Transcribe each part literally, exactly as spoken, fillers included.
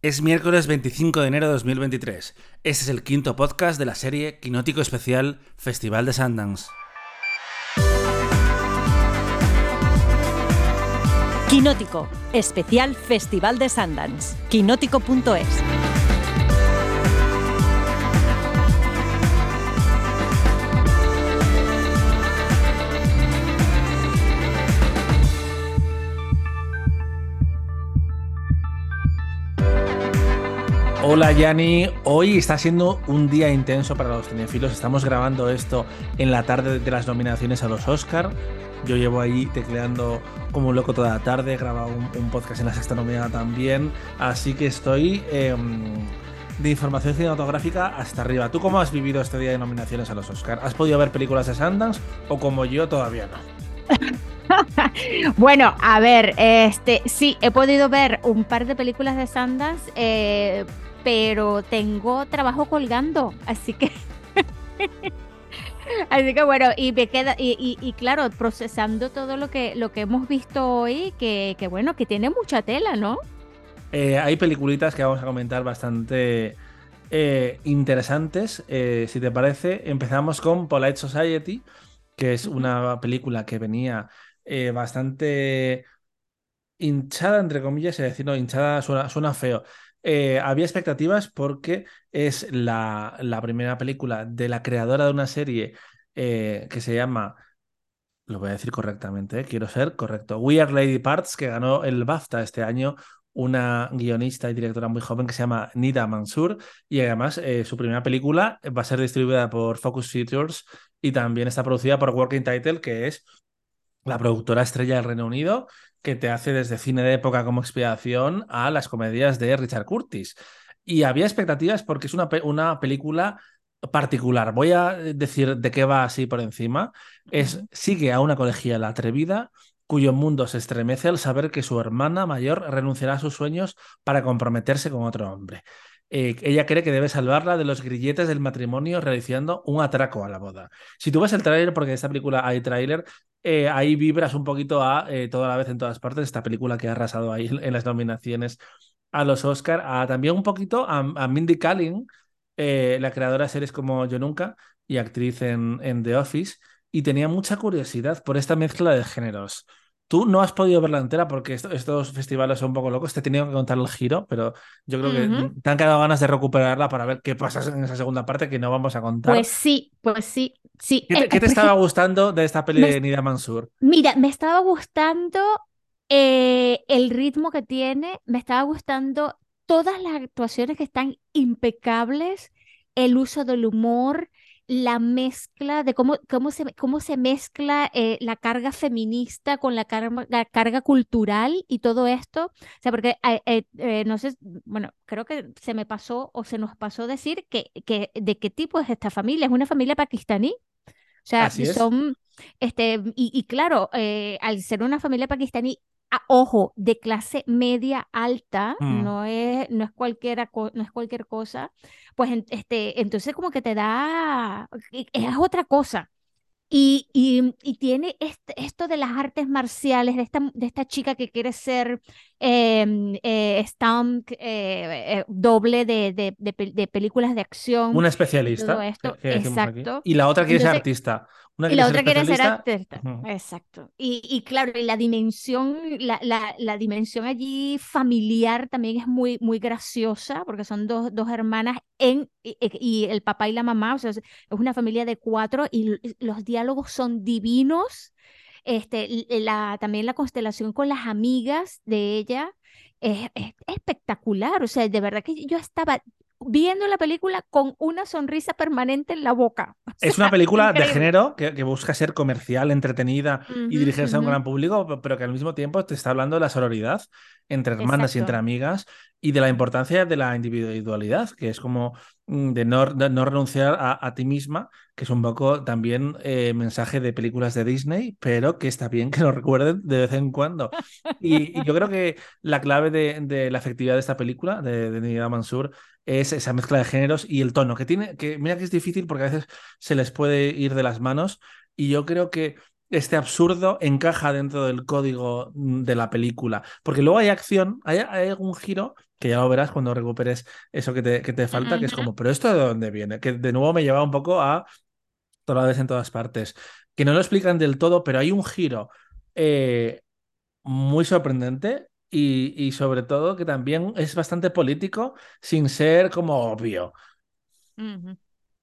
Es miércoles veinticinco de enero de dos mil veintitrés. Este es el quinto podcast de la serie Quinótico Especial Festival de Sundance. Quinótico Especial Festival de Sundance. Quinótico punto es. Hola Yani, hoy está siendo un día intenso para los cinéfilos. Estamos grabando esto en la tarde de las nominaciones a los Oscar. Yo llevo ahí tecleando como un loco toda la tarde, he grabado un, un podcast en la sexta nominada también, así que estoy eh, de información cinematográfica hasta arriba. ¿Tú cómo has vivido este día de nominaciones a los Oscar? ¿Has podido ver películas de Sundance o como yo todavía no? Bueno, a ver, este, sí, he podido ver un par de películas de Sundance, eh, pero tengo trabajo colgando, así que, así que bueno, y me queda, y, y, y claro, procesando todo lo que, lo que hemos visto hoy, que, que bueno, que tiene mucha tela, ¿no? Eh, hay peliculitas que vamos a comentar bastante eh, interesantes. Eh, si te parece, empezamos con Polite Society, que es Ujú. una película que venía eh, bastante hinchada, entre comillas, es decir, no, hinchada suena, suena feo. Eh, había expectativas porque es la, la primera película de la creadora de una serie eh, que se llama, lo voy a decir correctamente, eh, quiero ser correcto, We Are Lady Parts, que ganó el BAFTA este año, una guionista y directora muy joven que se llama Nida Mansour, y además eh, su primera película va a ser distribuida por Focus Features y también está producida por Working Title, que es la productora estrella del Reino Unido, que te hace desde cine de época como expiación a las comedias de Richard Curtis. Y había expectativas porque es una, pe una película particular. Voy a decir de qué va así por encima. Es, Ujú. sigue a una colegiala atrevida cuyo mundo se estremece al saber que su hermana mayor renunciará a sus sueños para comprometerse con otro hombre. Eh, ella cree que debe salvarla de los grilletes del matrimonio realizando un atraco a la boda. Si tú ves el tráiler, porque de esta película hay tráiler, eh, ahí vibras un poquito a eh, Toda la vez en todas partes, esta película que ha arrasado ahí en las nominaciones a los Oscar, a, también un poquito a, a Mindy Kaling, eh, la creadora de series como Yo Nunca y actriz en, en The Office, y tenía mucha curiosidad por esta mezcla de géneros. Tú no has podido verla entera porque esto- estos festivales son un poco locos, te he tenido que contar el giro, pero yo creo que Ujú. mm, te han quedado ganas de recuperarla para ver qué pasa en esa segunda parte que no vamos a contar. Pues sí, pues sí, sí. ¿Qué Eh, te, eh, qué te por estaba ejemplo, gustando de esta peli me, de Nida Mansour? mira, me estaba gustando eh, el ritmo que tiene, me estaba gustando todas las actuaciones que están impecables, el uso del humor, la mezcla de cómo, cómo se, cómo se mezcla eh, la carga feminista con la carga, la carga cultural y todo esto. O sea, porque eh, eh, eh, no sé, bueno, creo que se me pasó o se nos pasó decir que, que de qué tipo es esta familia. Es una familia pakistaní. O sea, Así es. son, este, y, y claro, eh, al ser una familia pakistaní, a- ojo, de clase media alta, Mm. no es, no es cualquiera, co- no es cualquier cosa, pues en- este, entonces como que te da, e- es otra cosa. Y, y- y tiene este- esto de las artes marciales, de esta, de esta chica que quiere ser em, eh, stunt, eh, eh, doble de, de de pel- de películas de acción Una y todo especialista, que, esto, que decimos aquí. exacto. Y la otra quiere ser Entonces, artista. Una y quiere la ser otra quiere ser especialista. artista. Ujú. Exacto. Y, y claro, y la dimensión, la, la, la dimensión allí familiar también es muy, muy graciosa, porque son dos, dos hermanas en, y, y el papá y la mamá, o sea, es es una familia de cuatro y l- los diálogos son divinos. Este, l- la, también la constelación con las amigas de ella es, es espectacular. O sea, de verdad que yo estaba viendo la película con una sonrisa permanente en la boca. O Es una sea, película de increíble. género que, que busca ser comercial, entretenida y Ujú, dirigirse a un ujú. gran público, pe- pero que al mismo tiempo te está hablando de la sororidad entre hermanas y entre Exacto. amigas y de la importancia de la individualidad, que es como mm, de no, de no renunciar a, a ti misma, que es un poco también eh, mensaje de películas de Disney, pero que está bien que lo recuerden de vez en cuando. Y, y yo creo que la clave de, de la efectividad de esta película, de, de Nida Mansour, es esa mezcla de géneros y el tono, que tiene, que mira que es difícil porque a veces se les puede ir de las manos y yo creo que este absurdo encaja dentro del código mm, de la película, porque luego hay acción, hay, hay algún giro que ya lo verás cuando recuperes eso que te, que te falta, que es Ujú. como, pero ¿esto de dónde viene? Que de nuevo me lleva un poco a toda vez en todas partes. Que no lo explican del todo, pero hay un giro eh, muy sorprendente y, y sobre todo que también es bastante político sin ser como obvio. Ujú.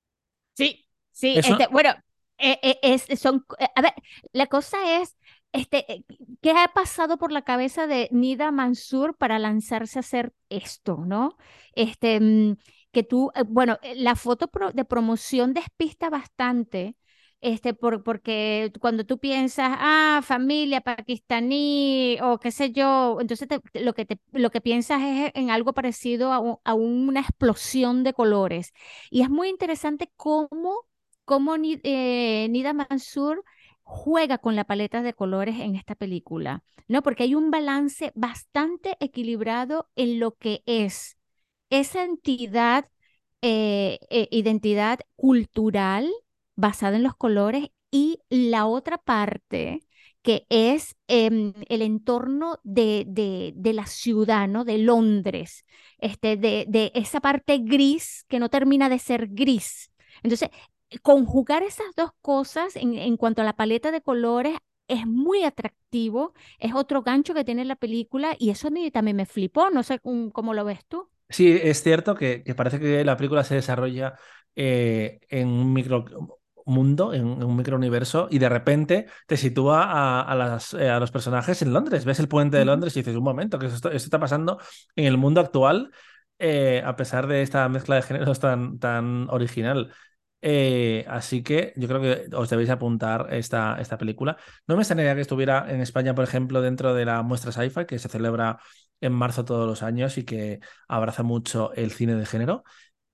Sí, sí, este, Eso, bueno, eh, eh, es, son, eh, a ver, la cosa es, este, eh, ¿qué ha pasado por la cabeza de Nida Mansur para lanzarse a hacer esto, ¿no? Este, mm, que tú, eh, bueno, eh, la foto pro- de promoción despista bastante, este, por, porque cuando tú piensas, ah, familia pakistaní o qué sé yo, entonces te- te- lo que te, lo que piensas es en algo parecido a un- a una explosión de colores. Y es muy interesante cómo, cómo Ni- eh, Nida Mansur juega con la paleta de colores en esta película, ¿no? Porque hay un balance bastante equilibrado en lo que es esa entidad, eh, eh, identidad cultural basada en los colores y la otra parte que es em, el entorno de, de, de la ciudad, ¿no? De Londres, este, de, de esa parte gris que no termina de ser gris. Entonces, conjugar esas dos cosas en, en cuanto a la paleta de colores es muy atractivo, es otro gancho que tiene la película y eso a mí también me flipó, no sé cómo, cómo lo ves tú. sí, es cierto que, que parece que la película se desarrolla eh, en un micro mundo, en, en un microuniverso, y de repente te sitúa a, a las, eh, a los personajes en Londres. Ves el puente de Ujú. Londres y dices, un momento, que esto, esto está pasando en el mundo actual, eh, a pesar de esta mezcla de géneros tan, tan original. Eh, así que yo creo que os debéis apuntar esta, esta película. No me extrañaría que estuviera en España, por ejemplo, dentro de la muestra Sci-Fi, que se celebra en marzo todos los años y que abraza mucho el cine de género.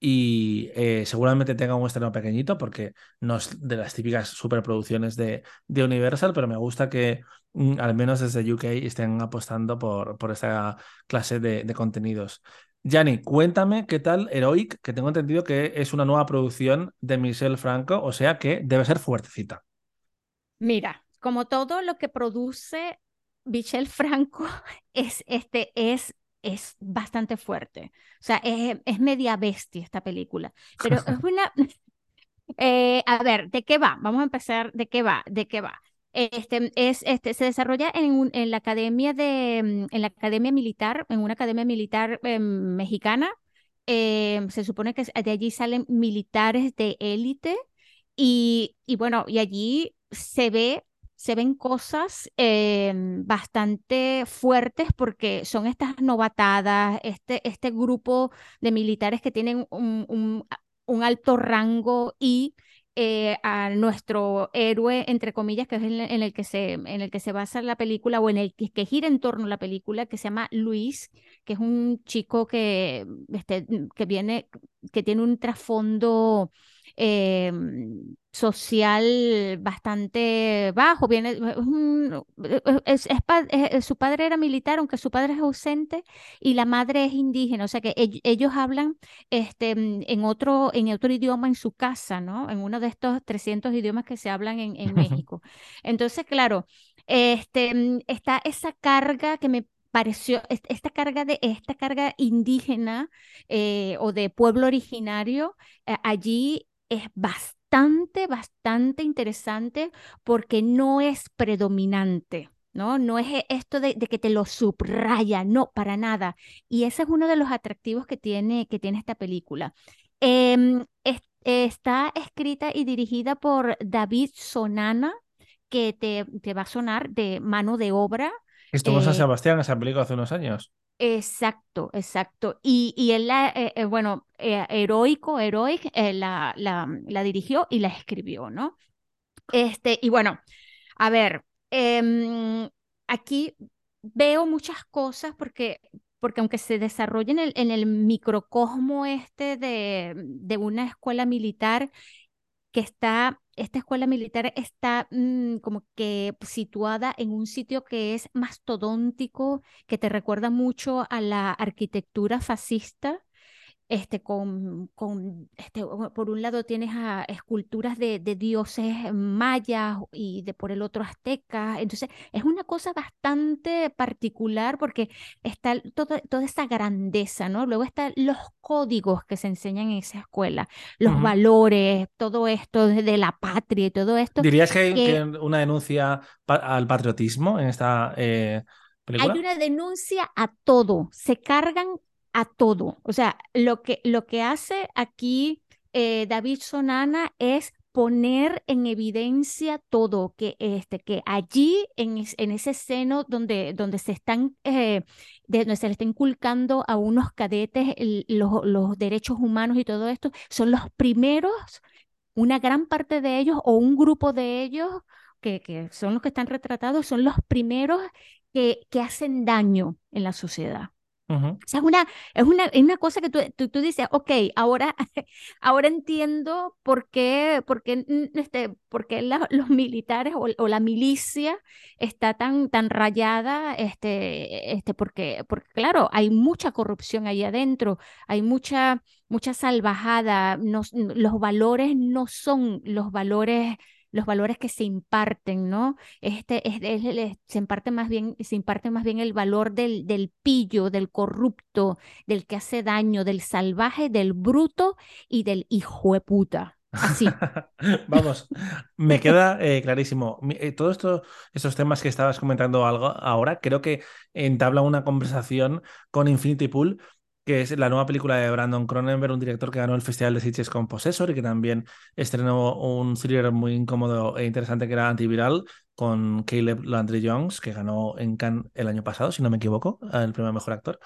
Y eh, seguramente tenga un estreno pequeñito porque no es de las típicas superproducciones de, de Universal, pero me gusta que mm, al menos desde U K estén apostando por, por esta clase de, de contenidos. Yanni, cuéntame qué tal Heroic, que tengo entendido que es una nueva producción de Michel Franco, o sea que debe ser fuertecita. Mira, como todo lo que produce Michel Franco es, este, es, es bastante fuerte. O sea, es, es media bestia esta película. Pero es una, eh, a ver, ¿de qué va? Vamos a empezar. ¿De qué va? ¿De qué va? Este, es, este, se desarrolla en, un- en la academia de, mm, en la academia militar, en una academia militar eh, mexicana. Eh, se supone que de allí salen militares de élite y, y bueno, y allí se ve, se ven cosas eh, bastante fuertes porque son estas novatadas, este, este grupo de militares que tienen un, un un alto rango y eh, a nuestro héroe, entre comillas, que es en, en el que se, en el que se basa la película o en el que, que gira en torno a la película, que se llama Luis, que es un chico que, este, que viene, que tiene un trasfondo eh, social bastante bajo. Viene, es un- es- es pa- es- su padre era militar, aunque su padre es ausente, y la madre es indígena, o sea que ell- ellos hablan este, mm, en otro, en otro idioma en su casa, ¿no? En uno de estos trescientos idiomas que se hablan en, en México. Entonces, claro, este, mm, está esa carga que me pareció, es- esta carga de, esta carga indígena eh, o de pueblo originario, eh, allí es bastante, bastante interesante porque no es predominante. ¿No? No es e- esto de, de que te lo subraya, no, para nada. Y ese es uno de los atractivos que tiene, que tiene esta película. Em, es- está escrita y dirigida por David Sonana, que te, te va a sonar de mano de obra. Estuvo en San eh, Sebastián esa película hace unos años. exacto, exacto. Y, y él, la, eh, eh, bueno, eh, Heroico, Heroic, eh, la, la, la dirigió y la escribió, ¿no? Este, y bueno. A ver, em, aquí veo muchas cosas porque, porque aunque se desarrolla en el, en el microcosmo este de, de una escuela militar que está, esta escuela militar está mm, como que situada en un sitio que es mastodóntico, que te recuerda mucho a la arquitectura fascista este, con, con este, o- por un lado tienes a esculturas de, de dioses mayas y de por el otro aztecas. Entonces, es una cosa bastante particular porque está el- todo- toda esa grandeza, ¿no? Luego están los códigos que se enseñan en esa escuela, los Ujú. valores, todo esto de de la patria y todo esto, ¿Dirías que hay que que una denuncia pa- al patriotismo en esta eh, hay película? una denuncia a todo, se cargan a todo. O sea, lo que, lo que hace aquí eh, David Sonana es poner en evidencia todo, que, este, que allí en, es- en ese seno donde, donde se están, eh, de- donde se le está inculcando a unos cadetes el- los, los derechos humanos y todo esto, son los primeros, una gran parte de ellos o un grupo de ellos que, que son los que están retratados, son los primeros que, que hacen daño en la sociedad. Ujú. O sea, es una, es una, es una cosa que tú, tú, tú dices, ok, ahora, ahora entiendo por qué, por qué, mm, este, por qué la- los militares o, o la milicia está tan, tan rayada, este, este, porque, porque claro, hay mucha corrupción ahí adentro, hay mucha, mucha salvajada, no s- los valores no son los valores, los valores que se imparten, ¿no? Este, es, es- es- se imparte más bien, se imparte más bien el valor del, del pillo, del corrupto, del que hace daño, del salvaje, del bruto y del hijo de puta. Así. Vamos, me queda eh, clarísimo. Mi- eh, todos esto- estos temas que estabas comentando algo ahora, creo que entabla una conversación con Infinity Pool, que es la nueva película de Brandon Cronenberg, un director que ganó el Festival de Sitges con Possessor y que también estrenó un thriller muy incómodo e interesante que era Antiviral con Caleb Landry Jones, que ganó en Cannes el año pasado, si no me equivoco, el premio a mejor actor.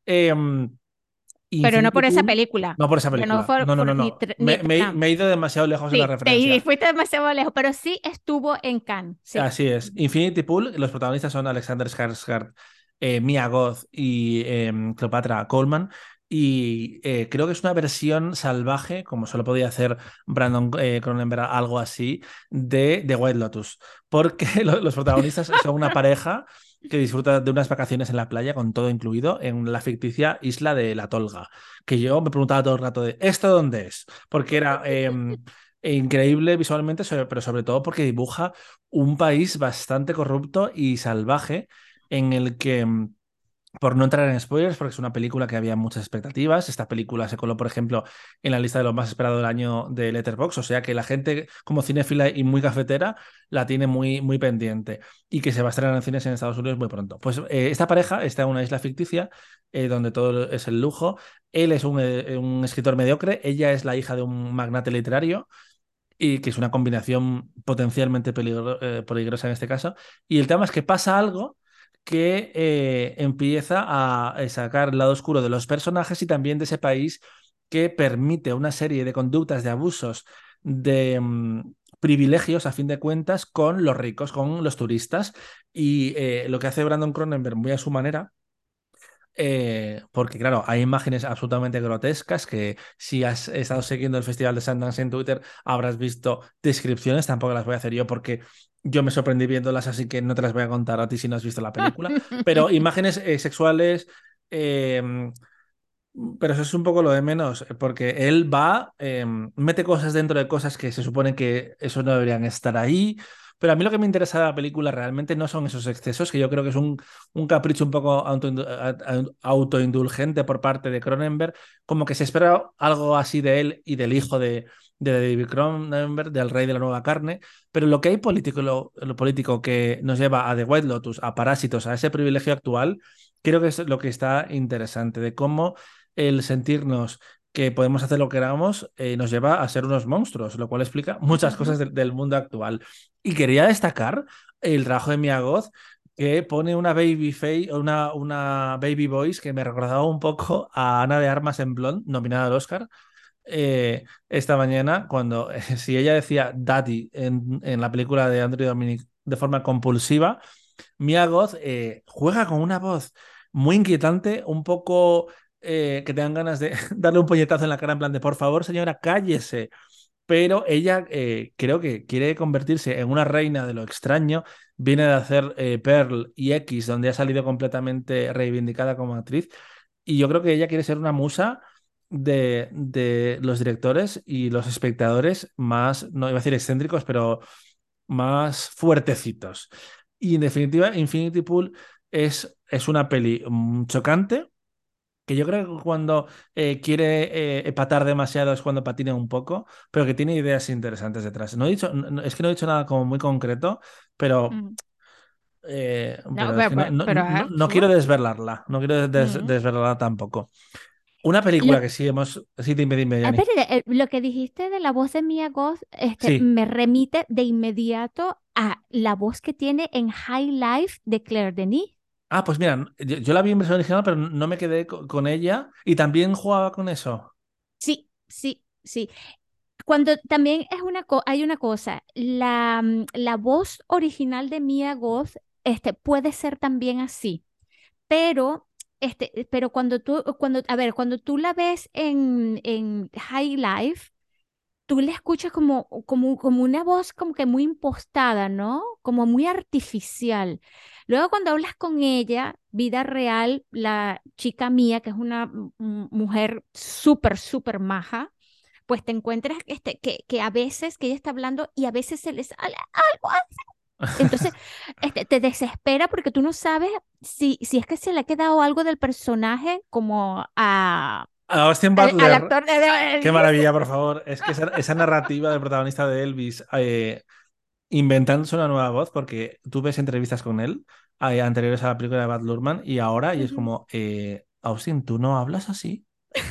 Em, Pero no Infinity por esa Pool, película. no por esa Ya no película. fue No, no, no, por ni, no. tr- ni Me, me- Trump. me he ido demasiado lejos en la Sí, te referencia. fuiste demasiado lejos, pero sí estuvo en Cannes. Sí. Así es. Infinity Pool, los protagonistas son Alexander Skarsgård, eh, Mia Goth y em, Cleopatra Coleman. Y eh, creo que es una versión salvaje, como solo podía hacer Brandon eh, Cronenberg, algo así, de The White Lotus. Porque lo- los protagonistas son una pareja que disfruta de unas vacaciones en la playa con todo incluido en la ficticia isla de La Tolga. Que yo me preguntaba todo el rato de ¿esto dónde es? Porque era em, increíble visualmente, sobre- pero sobre todo porque dibuja un país bastante corrupto y salvaje en el que, mm, por no entrar en spoilers, porque es una película que había muchas expectativas, esta película se coló, por ejemplo, en la lista de lo más esperado del año de Letterboxd, o sea que la gente como cinéfila y muy cafetera la tiene muy, muy pendiente y que se va a estrenar en cines en Estados Unidos muy pronto. Pues eh, esta pareja está en una isla ficticia eh, donde todo es el lujo. Él es un, eh, un escritor mediocre, ella es la hija de un magnate literario y que es una combinación potencialmente peligro- eh, peligrosa en este caso. Y el tema es que pasa algo que eh, empieza a eh, sacar el lado oscuro de los personajes y también de ese país que permite una serie de conductas de abusos de mm, privilegios a fin de cuentas con los ricos, con los turistas. Y eh, lo que hace Brandon Cronenberg muy a su manera eh, porque claro, hay imágenes absolutamente grotescas que si has estado siguiendo el Festival de Sundance en Twitter habrás visto descripciones, tampoco las voy a hacer yo porque yo me sorprendí viéndolas, así que no te las voy a contar a ti si no has visto la película, pero imágenes eh, sexuales, eh, pero eso es un poco lo de menos, porque él va, eh, mete cosas dentro de cosas que se supone que eso no deberían estar ahí. Pero a mí lo que me interesa de la película realmente no son esos excesos, que yo creo que es un, un capricho un poco autoindu- a- a- autoindulgente por parte de Cronenberg, como que se espera algo así de él y del hijo de, de David Cronenberg, del rey de la nueva carne, pero lo que hay político, lo, lo político que nos lleva a The White Lotus, a Parásitos, a ese privilegio actual, creo que es lo que está interesante, de cómo el sentirnos que podemos hacer lo que queramos eh, nos lleva a ser unos monstruos, lo cual explica muchas cosas de- del mundo actual. Y quería destacar el trabajo de Mia Goth, que pone una baby face, una, una baby voice que me recordaba un poco a Ana de Armas en Blonde, nominada al Oscar. eh, esta mañana, cuando eh, si ella decía Daddy en, en la película de Andrew Dominic de forma compulsiva, Mia Goth eh, juega con una voz muy inquietante, un poco eh, que te dan ganas de darle un puñetazo en la cara en plan de por favor, señora, cállese. Pero ella eh, creo que quiere convertirse en una reina de lo extraño. Viene de hacer eh, Pearl y X, donde ha salido completamente reivindicada como actriz. Y yo creo que ella quiere ser una musa de, de los directores y los espectadores más, no iba a decir excéntricos, pero más fuertecitos. Y en definitiva, Infinity Pool es, es una peli mm, chocante, que yo creo que cuando eh, quiere eh, epatar demasiado es cuando patina un poco, pero que tiene ideas interesantes detrás. No he dicho, no- no- es que no he dicho nada como muy concreto, pero, Mm. eh, No, pero es pero, que no, pero, no, pero no- haz no quiero tú. desvelarla, no quiero des- Mm. desvelarla tampoco. Una Lo, película que sí hemos... Sí, dime, dime, ah, Yanni. espérate, eh, lo que dijiste de la voz de Mia Goth, este, Sí. me remite de inmediato a la voz que tiene en High Life de Claire Denis. Ah, pues mira, yo, yo la vi en versión original, pero no me quedé co- con ella y también jugaba con eso. Sí, sí, sí. Cuando también es una co- hay una cosa, la, mm, la voz original de Mia Goth, este, puede ser también así, pero, este, pero cuando tú, cuando, a ver, cuando tú la ves en, en High Life, tú le escuchas como, como, como una voz como que muy impostada, ¿no? Como muy artificial. Luego cuando hablas con ella, vida real, la chica mía, que es una m- m- mujer súper, súper maja, pues te encuentras este, que, que a veces que ella está hablando y a veces se le sale algo así. Entonces, este, te desespera porque tú no sabes si, si es que se le ha quedado algo del personaje como a, A Austin al, al Butler, actor de de qué Elvis. maravilla, por favor. Es que esa, esa narrativa del protagonista de Elvis, eh, inventándose una nueva voz, porque tú ves entrevistas con él eh, anteriores a la película de Baz Luhrmann y ahora, y es Ujú. como, eh, Austin, ¿tú no hablas así?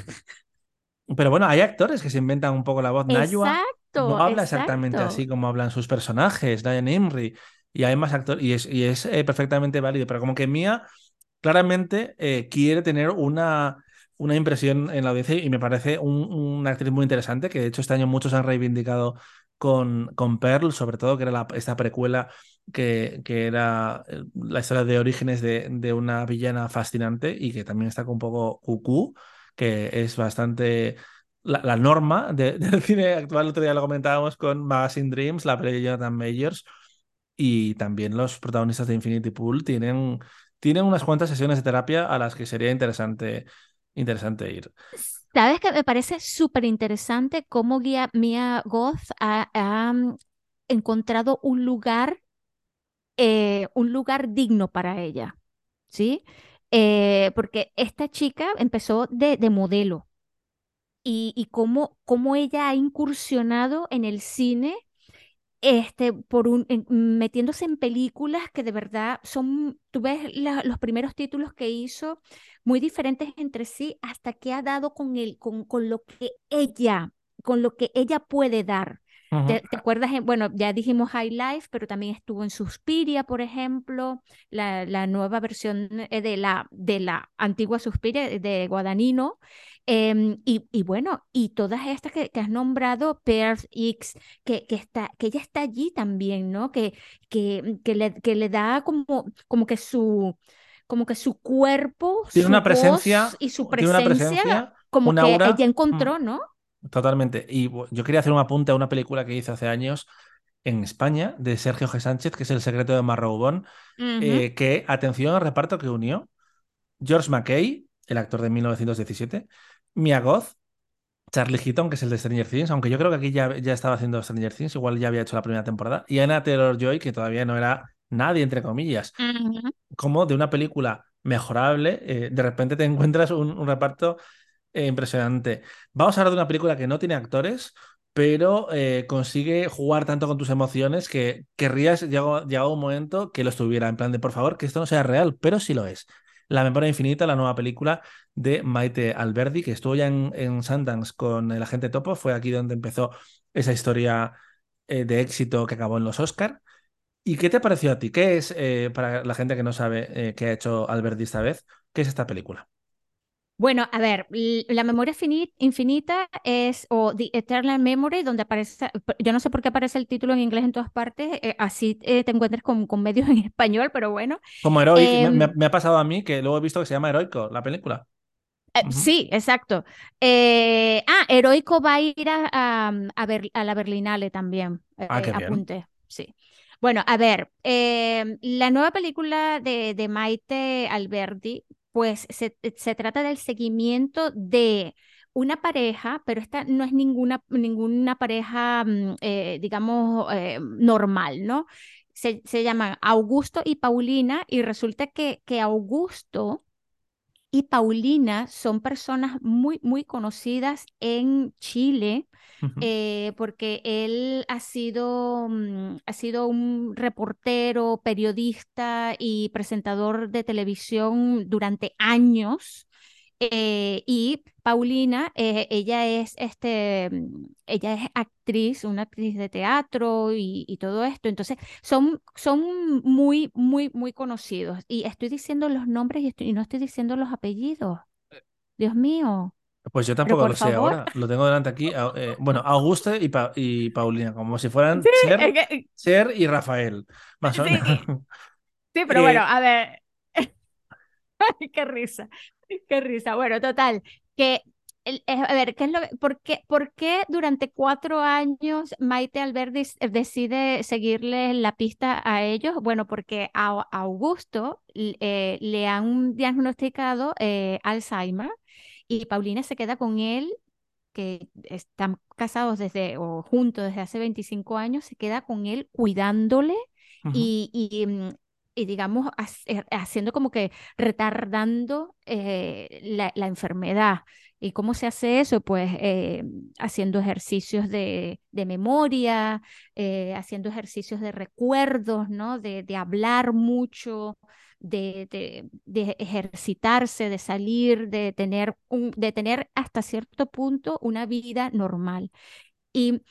Pero bueno, hay actores que se inventan un poco la voz. Nayua no Exacto, habla exactamente así exacto. como hablan sus personajes, Diane Imri, y hay más actores, y es, y es eh, perfectamente válido, pero como que Mia claramente eh, quiere tener una, una impresión en la audiencia y me parece un- una actriz muy interesante, que de hecho este año muchos han reivindicado con, con Pearl, sobre todo, que era la- esta precuela que, que era eh, la historia de orígenes de, de una villana fascinante y que también está con un poco cucú, que es bastante la, la norma de- del cine actual. El otro día lo comentábamos con Magazine Dreams, la peli de Jonathan Majors, y también los protagonistas de Infinity Pool tienen, tienen unas cuantas sesiones de terapia a las que sería interesante, interesante ir. ¿Sabes que me parece súper interesante cómo guía Mia Goth ha, ha, mm, encontrado un lugar, eh, un lugar digno para ella? ¿Sí? Eh, porque esta chica empezó de, de modelo y, y cómo, cómo ella ha incursionado en el cine este, por un, en- metiéndose en películas que de verdad son, tú ves la- los primeros títulos que hizo muy diferentes entre sí hasta que ha dado con el, con, con lo que ella, con lo que ella puede dar. Ujú. ¿Te, te acuerdas? en- Bueno, ya dijimos High Life, pero también estuvo en Suspiria, por ejemplo, la, la nueva versión eh, de la, de la antigua Suspiria eh, de Guadagnino. Em, y, y bueno, y todas estas que, que has nombrado, Pearl X, que, que está, que ella está allí también, ¿no? Que, que, que le, que le da como, como que su, como que su cuerpo, Tiene su una voz presencia, y su tiene una presencia, presencia, como un que ella aura. mm, encontró, ¿no? Totalmente. Y bu- yo quería hacer un apunte a una película que hizo hace años en España de Sergio G. Sánchez, que es El secreto de Marrowbone, Ujú. eh, que, atención al reparto que unió George McKay, el actor de mil novecientos diecisiete, Mia Goth, Charlie Heaton, que es el de Stranger Things, aunque yo creo que aquí ya, ya estaba haciendo Stranger Things, igual ya había hecho la primera temporada, y Anna Taylor-Joy, que todavía no era nadie, entre comillas, Ujú. como de una película mejorable, eh, de repente te encuentras un, un reparto eh, impresionante. Vamos a hablar de una película que no tiene actores, pero eh, consigue jugar tanto con tus emociones que querrías, llegado, llegado un momento, que lo estuviera, en plan de, por favor, que esto no sea real, pero sí lo es. La memoria infinita, la nueva película de Maite Alberdi, que estuvo ya en, en Sundance con El agente Topo, fue aquí donde empezó esa historia eh, de éxito que acabó en los Oscar. ¿Y qué te pareció a ti? ¿Qué es, eh, para la gente que no sabe eh, qué ha hecho Alberdi esta vez, qué es esta película? Bueno, a ver, l- la memoria fini- infinita es, o The Eternal Memory, donde aparece, p- yo no sé por qué aparece el título en inglés en todas partes, eh, así eh, te encuentres con, con medios en español, pero bueno. Como Heroic, me, me- Em, me ha pasado a mí que luego he visto que se llama Heroico, la película. Eh, Ujú. sí, exacto. Eh, ah, Heroico va a ir a, a, a Ber- a la Berlinale también. Eh, Ah, eh, qué bien. apunte, sí. Bueno, a ver, eh, la nueva película de, de Maite Alberdi, pues se, se trata del seguimiento de una pareja, pero esta no es ninguna, ninguna pareja, mm, eh, digamos, eh, normal, ¿no? Se, se llaman Augusto y Paulina y resulta que, que Augusto y Paulina son personas muy, muy conocidas en Chile, Ujú. eh, porque él ha sido, mm, ha sido un reportero, periodista y presentador de televisión durante años. Eh, y Paulina, eh, ella es, este, mm, ella es actriz, una actriz de teatro y, y todo esto. Entonces, son, son muy, muy, muy conocidos. Y estoy diciendo los nombres y, estoy- y no estoy diciendo los apellidos. Dios mío. Pues yo Pero tampoco por lo sé favor. ahora. Lo tengo delante aquí. Au- eh, bueno, Auguste y, Pa- y Paulina, como si fueran Sí, Cher, es que- Cher y Rafael. Más o menos. sí, sí, pero bueno, Eh, a ver. Qué risa, qué risa. Bueno, total, que, el- eh, a ver, ¿qué es lo, que- por qué, por qué durante cuatro años Maite Alberdi s- decide seguirle la pista a ellos? Bueno, porque a, a Augusto l- eh, le han diagnosticado eh, Alzheimer y Paulina se queda con él, que están casados desde o juntos desde hace veinticinco años, se queda con él cuidándole ujú, y, y, mm, y digamos, hac- eh, haciendo como que retardando eh, la, la enfermedad. ¿Y cómo se hace eso? Pues eh, haciendo ejercicios de, de memoria, eh, haciendo ejercicios de recuerdos, ¿no? De, de hablar mucho, de, de- de ejercitarse, de salir, de tener un, de tener hasta cierto punto una vida normal. Y,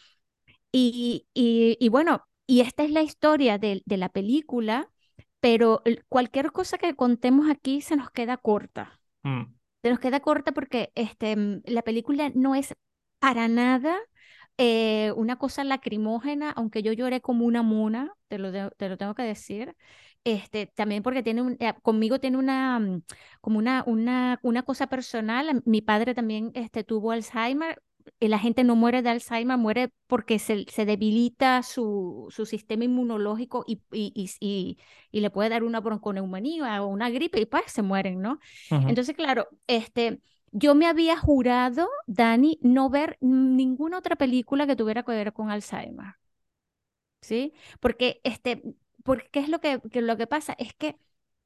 y, y, y bueno, y esta es la historia de, de la película, pero el- cualquier cosa que contemos aquí se nos queda corta. mm, Se nos queda corta porque este, mm, la película no es para nada eh, una cosa lacrimógena, aunque yo lloré como una mona, te lo, de- te lo tengo que decir. Este, también porque tiene un, eh, conmigo tiene una, mm, como una, una, una cosa personal. Mi padre también este, tuvo Alzheimer. Y la gente no muere de Alzheimer, muere porque se, se debilita su, su sistema inmunológico y, y, y, y- y le puede dar una bronconeumonía o una gripe y pues se mueren, ¿no? ujú. Entonces, claro, este, yo me había jurado, Dani, no ver ninguna otra película que tuviera que ver con Alzheimer, ¿sí? Porque, este, porque ¿qué es lo que, que lo que pasa? Es que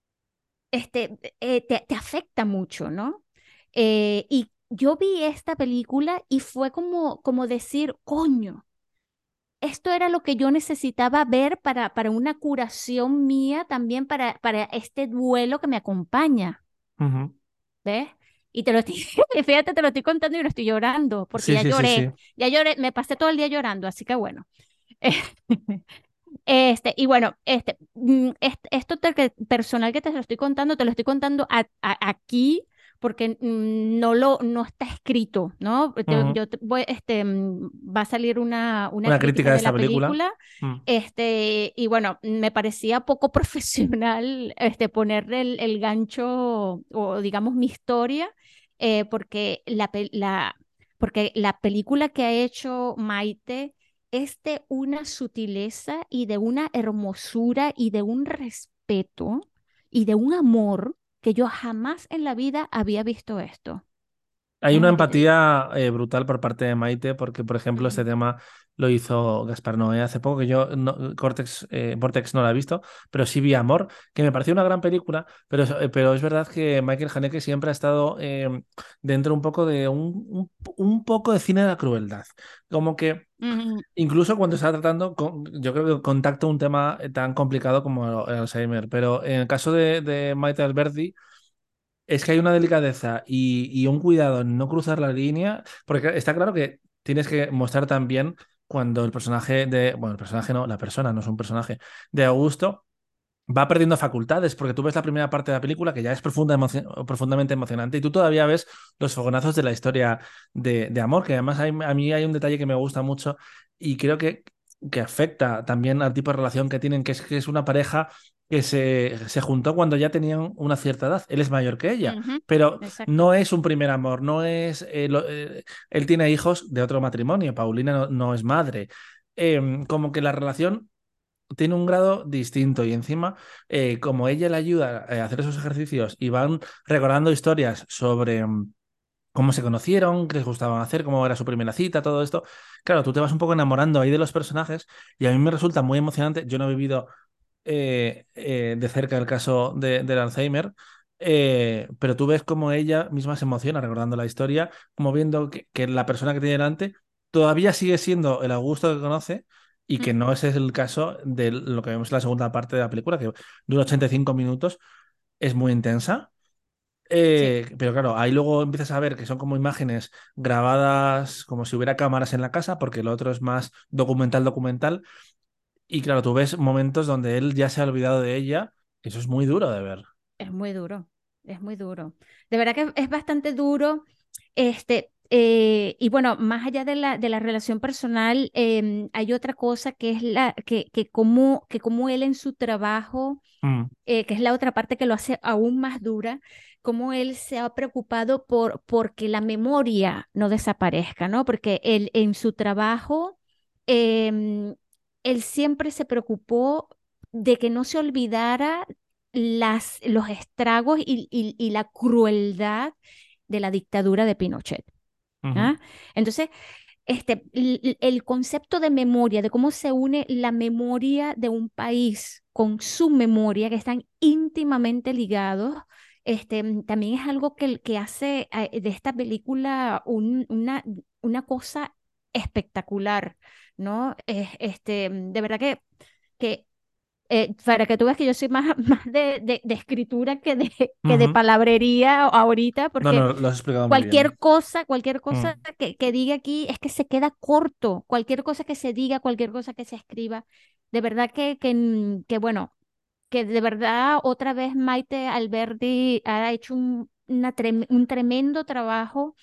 este, eh, te, te afecta mucho, ¿no? Eh, y yo vi esta película y fue como, como decir, coño, esto era lo que yo necesitaba ver para, para una curación mía, también para, para este duelo que me acompaña. Ujú. ¿Ves? Y te lo estoy, fíjate, te lo estoy contando y no estoy llorando, porque Sí, ya sí, sí, lloré, sí. ya lloré, me pasé todo el día llorando, así que bueno. Este, y bueno, este, mm, est- esto te- que- personal que te lo estoy contando, te lo estoy contando a- a- aquí porque mm, no lo, no está escrito, ¿no? Te- Ujú. yo te voy, este, mm, va a salir una, una Una crítica crítica de de esta la película. película, Mm, este, y bueno, me parecía poco profesional, este, ponerle el, el gancho o digamos mi historia, eh, porque la, pe- la, porque la película que ha hecho Maite es de una sutileza y de una hermosura y de un respeto y de un amor que yo jamás en la vida había visto esto. Hay Es una lo que te digo. empatía eh, brutal por parte de Maite, porque, por ejemplo, este Ujú, tema lo hizo Gaspar Noé hace poco, que yo, no, Cortex, eh, Vortex no la he visto, pero sí vi Amor, que me pareció una gran película, pero, es- eh, pero es verdad que Michael Haneke siempre ha estado eh, dentro un poco de un, un, un poco de cine de la crueldad. Como que ujú, incluso cuando está tratando, con- yo creo que contacta un tema eh, tan complicado como el Alzheimer, pero en el caso de, de Maite Alberdi es que hay una delicadeza y, y un cuidado en no cruzar la línea, porque está claro que tienes que mostrar también cuando el personaje de, bueno, el personaje no, la persona, no es un personaje, de Augusto va perdiendo facultades, porque tú ves la primera parte de la película que ya es profunda, emocio- profundamente emocionante y tú todavía ves los fogonazos de la historia de, de amor, que además hay- a mí hay un detalle que me gusta mucho y creo que, que afecta también al tipo de relación que tienen, que es que es una pareja que se, se juntó cuando ya tenían una cierta edad. Él es mayor que ella, ujú, pero exacto. no es un primer amor, no es... eh, lo- eh, él tiene hijos de otro matrimonio, Paulina no, no es madre. Em, como que la relación tiene un grado distinto y encima, eh, como ella le ayuda eh, a hacer esos ejercicios y van recordando historias sobre, mm, cómo se conocieron, qué les gustaba hacer, cómo era su primera cita, todo esto. Claro, tú te vas un poco enamorando ahí de los personajes y a mí me resulta muy emocionante. Yo no he vivido eh, eh, de cerca el caso de, del Alzheimer, eh, pero tú ves cómo ella misma se emociona recordando la historia, como viendo que, que la persona que tiene delante todavía sigue siendo el Augusto que conoce y que Mm, no ese es el caso de lo que vemos en la segunda parte de la película, que dura ochenta y cinco minutos, es muy intensa. sí, Eh, pero claro, ahí luego empiezas a ver que son como imágenes grabadas como si hubiera cámaras en la casa, porque lo otro es más documental, documental. Y claro, tú ves momentos donde él ya se ha olvidado de ella, y eso es muy duro de ver. es muy duro, es muy duro. De verdad que es bastante duro. Este, eh, y bueno, más allá de la, de la relación personal, em, hay otra cosa que es la que, que como, que como él en su trabajo, Mm, eh, que es la otra parte que lo hace aún más dura, como él se ha preocupado por porque la memoria no desaparezca, ¿no? Porque él en su trabajo, em, él siempre se preocupó de que no se olvidara las, los estragos y, y- y la crueldad de la dictadura de Pinochet. ujú. ¿Ah? Entonces, este, l- el concepto de memoria, de cómo se une la memoria de un país con su memoria, que están íntimamente ligados, este, mm, también es algo que, que hace eh, de esta película un- una, una cosa espectacular, ¿no? Es- este, mm, de verdad que, que eh, para que tú veas que yo soy más, más de, de- de escritura que de, que de Ujú. palabrería ahorita, No, porque no, lo has explicado muy cualquier bien. cosa, cualquier Mm. cosa que, que diga aquí es que se queda corto. Cualquier cosa que se diga, cualquier cosa que se escriba. De verdad que, que, mm, que bueno, que de verdad otra vez Maite Alberdi ha hecho un, una trem- un tremendo trabajo.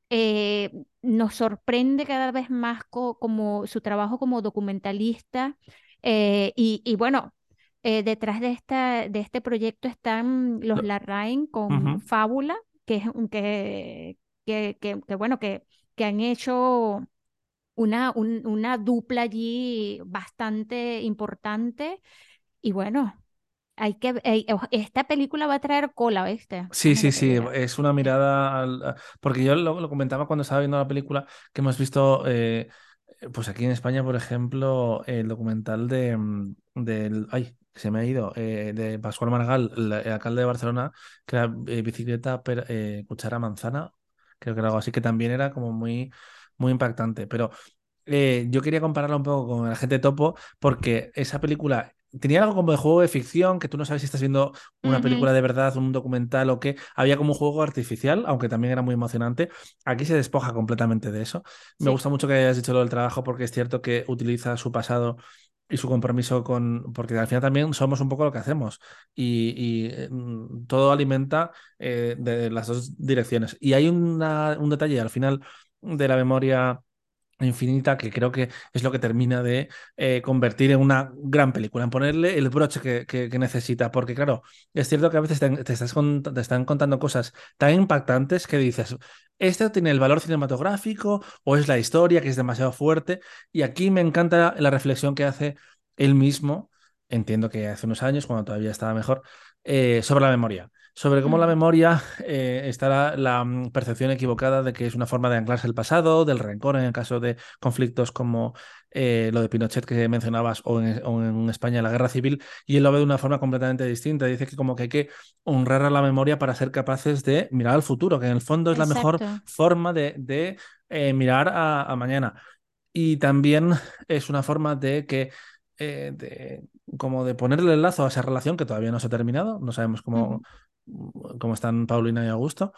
Eh, nos sorprende cada vez más co- como su trabajo como documentalista. Eh, y, y bueno, eh, detrás de, esta, de este proyecto están los Lo- Larraín con ujú. Fábula, que es un- que, que, que, que bueno, que, que han hecho una, un- una dupla allí bastante importante. Y bueno, hay que, eh, esta película va a traer cola, ¿viste? Sí, sí, Déjame que te sí, diga. es una mirada al- a- porque yo lo, lo comentaba cuando estaba viendo la película que hemos visto, eh, pues aquí en España, por ejemplo, el documental de mm, del, ay, se me ha ido, eh, de Pascual Maragall, el, el alcalde de Barcelona, que era eh, bicicleta, per- eh, cuchara manzana, creo que era algo así, que también era como muy, muy impactante. Pero eh, yo quería compararla un poco con El Agente Topo, porque esa película tenía algo como de juego de ficción, que tú no sabes si estás viendo una Ujú, película de verdad, un documental o qué. Había como un juego artificial, aunque también era muy emocionante. Aquí se despoja completamente de eso. Me sí, gusta mucho que hayas dicho lo del trabajo, porque es cierto que utiliza su pasado y su compromiso con, porque al final también somos un poco lo que hacemos y, y, eh, mm, todo alimenta eh, de las dos direcciones. Y hay una- un detalle al final de la memoria infinita que creo que es lo que termina de eh, convertir en una gran película, en ponerle el broche que, que- que necesita, porque claro, es cierto que a veces te, te estás cont- te están contando cosas tan impactantes que dices, ¿esto tiene el valor cinematográfico o es la historia que es demasiado fuerte? Y aquí me encanta la reflexión que hace él mismo, entiendo que hace unos años, cuando todavía estaba mejor, eh, sobre la memoria. Sobre cómo la ujú, memoria eh, está la, la, mm, percepción equivocada de que es una forma de anclarse al pasado, del rencor en el caso de conflictos como eh, lo de Pinochet que mencionabas o en, o en España la guerra civil, y él lo ve de una forma completamente distinta. Dice que como que hay que honrar a la memoria para ser capaces de mirar al futuro, que en el fondo es la mejor exacto. forma de, de eh, mirar a, a mañana. Y también es una forma de que eh, de, como de ponerle el lazo a esa relación que todavía no se ha terminado. No sabemos cómo, Ujú, cómo están Paulina y Augusto,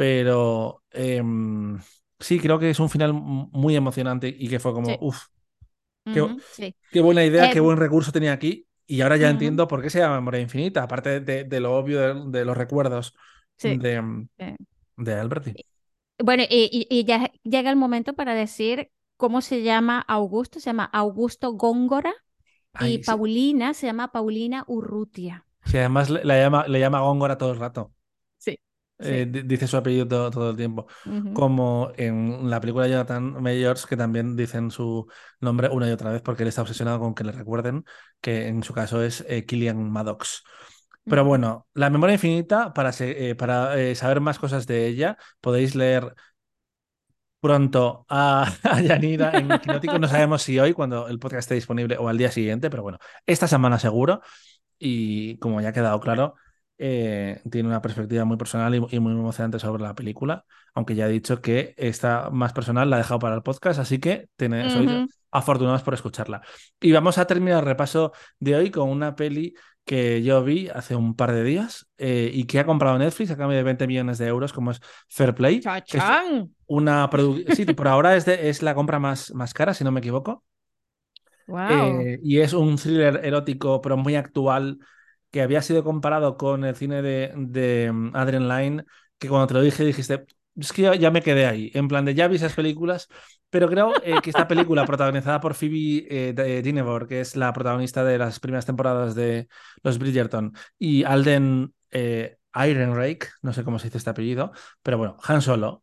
pero em, sí, creo que es un final m- muy emocionante y que fue como, sí, uff, qué, ujú, sí. qué buena idea, qué Eh, buen recurso tenía aquí. Y ahora ya ujú, entiendo por qué se llama Memoria Infinita, aparte de, de lo obvio de, de los recuerdos sí. de, em, eh, de Alberti. Bueno, y, y- y ya llega el momento para decir cómo se llama Augusto. Se llama Augusto Góngora y Ay, sí, Paulina se llama Paulina Urrutia. sí, además le, la llama, le llama Góngora todo el rato. Sí, Eh, sí. di- dice su apellido todo, todo el tiempo. Ujú, Como en la película de Jonathan Mayors, que también dicen su nombre una y otra vez porque él está obsesionado con que le recuerden, que en su caso es eh, Killian Maddox. Pero Ujú. bueno, La memoria infinita, para, se- eh, para eh, saber más cosas de ella, podéis leer pronto a, a Yanira en Quinótico. No sabemos si hoy, cuando el podcast esté disponible, o al día siguiente, pero bueno, esta semana seguro. Y como ya ha quedado claro, eh, tiene una perspectiva muy personal y, y muy emocionante sobre la película, aunque ya he dicho que esta más personal la he dejado para el podcast, así que tiene- sois Ujú. afortunados por escucharla. Y vamos a terminar el repaso de hoy con una peli que yo vi hace un par de días eh, y que ha comprado Netflix a cambio de veinte millones de euros, como es Fair Play, que es Chachán. una producción, sí, por ahora es, de- es la compra más, más cara, si no me equivoco. Wow. Eh, y es un thriller erótico, pero muy actual, que había sido comparado con el cine de, de mm, Adrian Lyne, que cuando te lo dije dijiste, es que ya, ya me quedé ahí, en plan de ya vi esas películas, pero creo eh, que esta película, protagonizada por Phoebe eh, de- Dynevor, que es la protagonista de las primeras temporadas de Los Bridgerton, y Alden eh, Ehrenreich, no sé cómo se dice este apellido, pero bueno, Han Solo,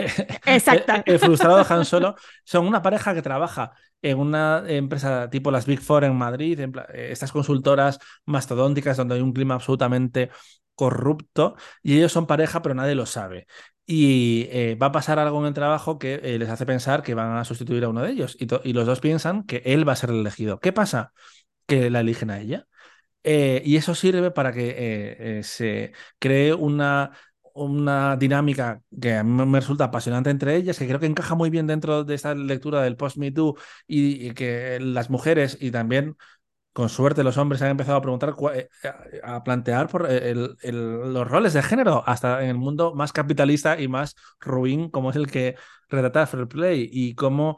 el, Exacto. el frustrado Han Solo, son una pareja que trabaja en una empresa tipo las Big Four en Madrid, en pla- eh, estas consultoras mastodónticas donde hay un clima absolutamente corrupto y ellos son pareja pero nadie lo sabe. Y eh, va a pasar algo en el trabajo que eh, les hace pensar que van a sustituir a uno de ellos y, to- y los dos piensan que él va a ser el elegido. ¿Qué pasa? Que la eligen a ella. Eh, y eso sirve para que eh, eh, se cree una, una dinámica que a mí me resulta apasionante entre ellas, que creo que encaja muy bien dentro de esta lectura del post-Me Too y, y que las mujeres y también, con suerte, los hombres han empezado a preguntar, cua- eh, a, a plantear por el- el- los roles de género, hasta en el mundo más capitalista y más ruin, como es el que retrata Fair Play, y cómo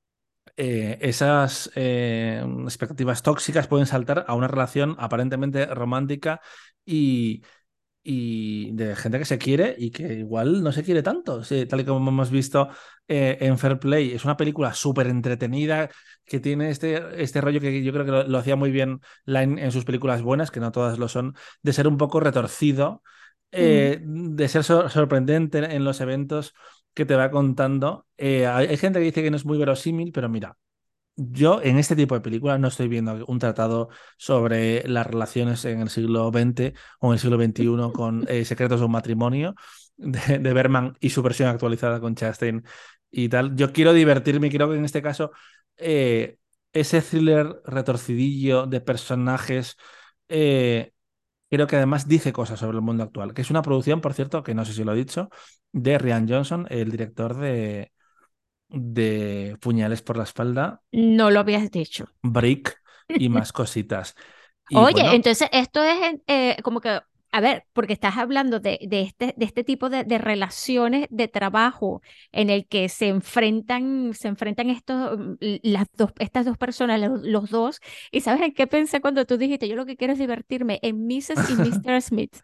eh, esas eh, expectativas tóxicas pueden saltar a una relación aparentemente romántica y, y de gente que se quiere y que igual no se quiere tanto. Sí, tal y como hemos visto eh, en Fair Play. Es una película súper entretenida que tiene este, este rollo que yo creo que lo, lo hacía muy bien Line en sus películas buenas, que no todas lo son, de ser un poco retorcido, Mm. eh, de ser sor- sorprendente en los eventos que te va contando. Eh, hay, hay gente que dice que no es muy verosímil, pero mira. Yo en este tipo de películas no estoy viendo un tratado sobre las relaciones en el siglo veinte o en el siglo veintiuno con eh, Secretos de un matrimonio de, de Berman y su versión actualizada con Chastain y tal. Yo quiero divertirme y creo que en este caso eh, ese thriller retorcidillo de personajes eh, creo que además dice cosas sobre el mundo actual, que es una producción, por cierto, que no sé si lo he dicho, de Rian Johnson, el director de, de Puñales por la espalda, No lo habías dicho. Brick y más cositas. Y Oye, bueno, entonces esto es eh, como que, a ver, porque estás hablando de, de este, de este tipo de, de relaciones de trabajo en el que se enfrentan, se enfrentan estos, mm, l- las dos, estas dos personas, los, los dos, y ¿sabes en qué pensé cuando tú dijiste, yo lo que quiero es divertirme en missus y míster Smith?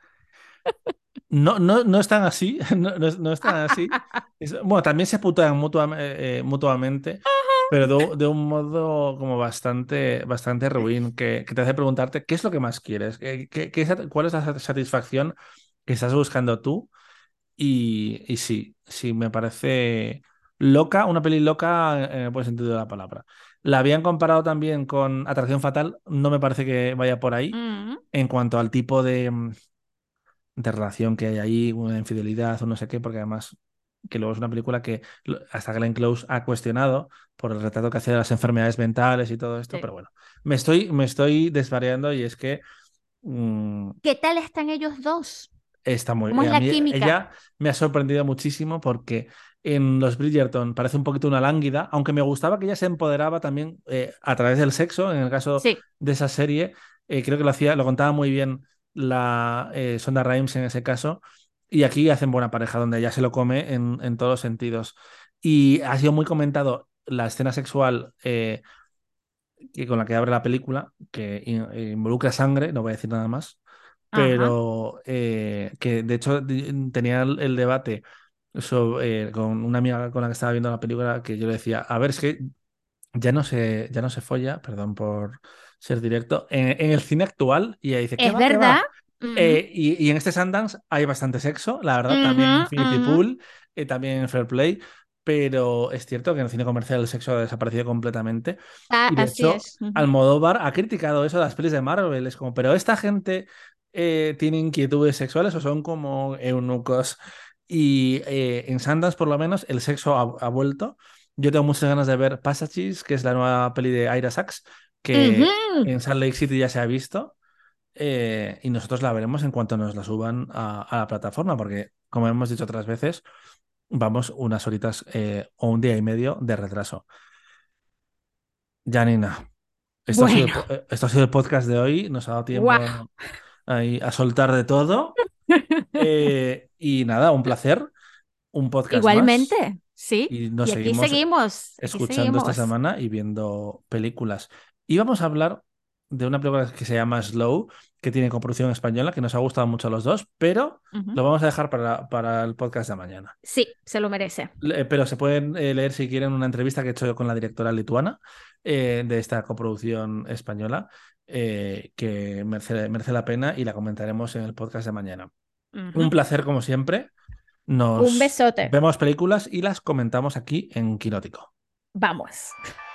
no, no, no están así, no, no, no están así. Es- bueno, también se putean mutuam- eh, eh, mutuamente, pero de, de un modo como bastante, bastante ruin, que, que te hace preguntarte qué es lo que más quieres, qué, qué- qué sat- cuál es la sat- satisfacción que estás buscando tú. Y, y sí, sí, me parece loca, una peli loca en el buen sentido de la palabra. La habían comparado también con Atracción Fatal, no me parece que vaya por ahí Mm. en cuanto al tipo de, mm, de relación que hay ahí, una infidelidad o no sé qué, porque además que luego es una película que lo- hasta Glenn Close ha cuestionado por el retrato que hace de las enfermedades mentales y todo esto, Sí. pero bueno, me estoy, me estoy desvariando y es que mm, ¿Qué tal están ellos dos? está muy. ¿Cómo eh, es A la mí química? ella me ha sorprendido muchísimo porque en los Bridgerton parece un poquito una lánguida, aunque me gustaba que ella se empoderaba también eh, a través del sexo. En el caso Sí. de esa serie, eh, creo que lo hacía, lo contaba muy bien la eh, Sonda Rhimes en ese caso. Y aquí hacen buena pareja, donde ella se lo come en, en todos los sentidos. Y ha sido muy comentado la escena sexual eh, que- con la que abre la película, que in- eh, involucra sangre, no voy a decir nada más, Ajá. pero eh, que de hecho di- tenía el, el debate sobre, eh, con una amiga con la que estaba viendo la película, que yo le decía, a ver, es que ya no se, ya no se folla, perdón por ser directo, en, en el cine actual, y ella dice, ¿qué ¿Es va, qué verdad? va? Ujú, Eh, y, y en este Sundance hay bastante sexo, la verdad, también en ujú, Infinity ujú. Pool, eh, también en Fair Play, pero es cierto que en el cine comercial el sexo ha desaparecido completamente. Ah, Y de así hecho, es. Ujú. Almodóvar ha criticado eso de las pelis de Marvel. Es como, pero esta gente. eh, tiene inquietudes sexuales o son como eunucos. Y eh, en Sundance, por lo menos, el sexo ha, ha vuelto. Yo tengo muchas ganas de ver Passages, que es la nueva peli de Ira Sachs, que Ujú. en Salt Lake City ya se ha visto. Eh, y nosotros la veremos en cuanto nos la suban a, a la plataforma, porque, como hemos dicho otras veces, vamos unas horitas eh, o un día y medio de retraso. Janina, esto ha sido el, Bueno, po- eh, esto ha sido el podcast de hoy. Nos ha dado guau. tiempo ahí a soltar de todo. Eh, y nada, un placer, un podcast más. Igualmente, sí. Y nos Y aquí seguimos seguimos, aquí escuchando esta seguimos. semana y viendo películas. Y vamos a hablar de una película que se llama Slow, que tiene coproducción española, que nos ha gustado mucho a los dos, pero Ujú. lo vamos a dejar para, para el podcast de mañana. Sí, se lo merece. Le- Pero se pueden eh, leer si quieren una entrevista que he hecho con la directora lituana eh, de esta coproducción española, eh, que merece, merece la pena y la comentaremos en el podcast de mañana. Un Ujú. placer como siempre. Un Nos besote. vemos películas y las comentamos aquí en Quinótico. Vamos.